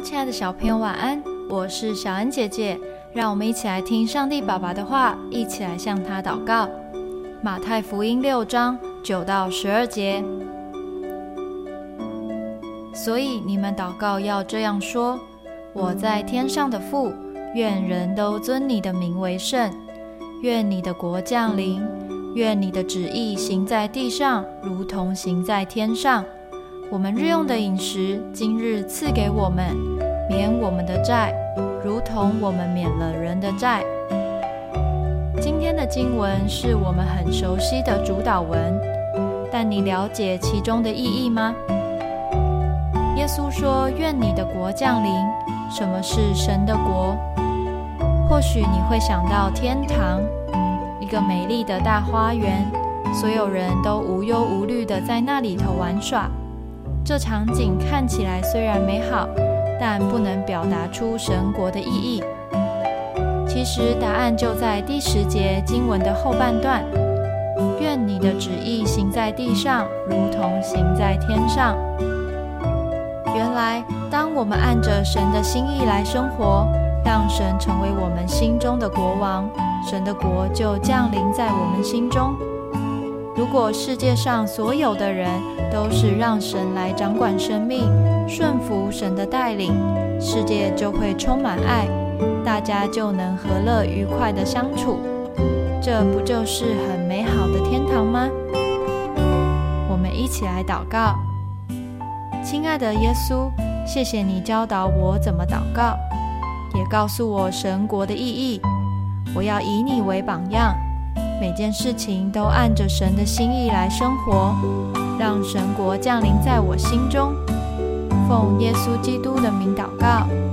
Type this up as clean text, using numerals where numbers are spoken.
亲爱的小朋友晚安，我是小恩姐姐，让我们一起来听上帝爸爸的话，一起来向他祷告。马太福音6章9到12节，所以你们祷告要这样说：我在天上的父，愿人都尊你的名为圣，愿你的国降临，愿你的旨意行在地上，如同行在天上。我们日用的饮食，今日赐给我们，免我们的债，如同我们免了人的债。今天的经文是我们很熟悉的主祷文，但你了解其中的意义吗？耶稣说：愿你的国降临。什么是神的国？或许你会想到天堂，一个美丽的大花园，所有人都无忧无虑地在那里头玩耍。这场景看起来虽然美好，但不能表达出神国的意义。其实答案就在第10节经文的后半段：愿你的旨意行在地上，如同行在天上。原来当我们按着神的心意来生活，让神成为我们心中的国王，神的国就降临在我们心中。如果世界上所有的人都是让神来掌管生命，顺服神的带领，世界就会充满爱，大家就能和乐愉快地相处。这不就是很美好的天堂吗？我们一起来祷告。亲爱的耶稣，谢谢你教导我怎么祷告，也告诉我神国的意义。我要以你为榜样，每件事情都按着神的心意来生活，让神国降临在我心中。奉耶稣基督的名祷告。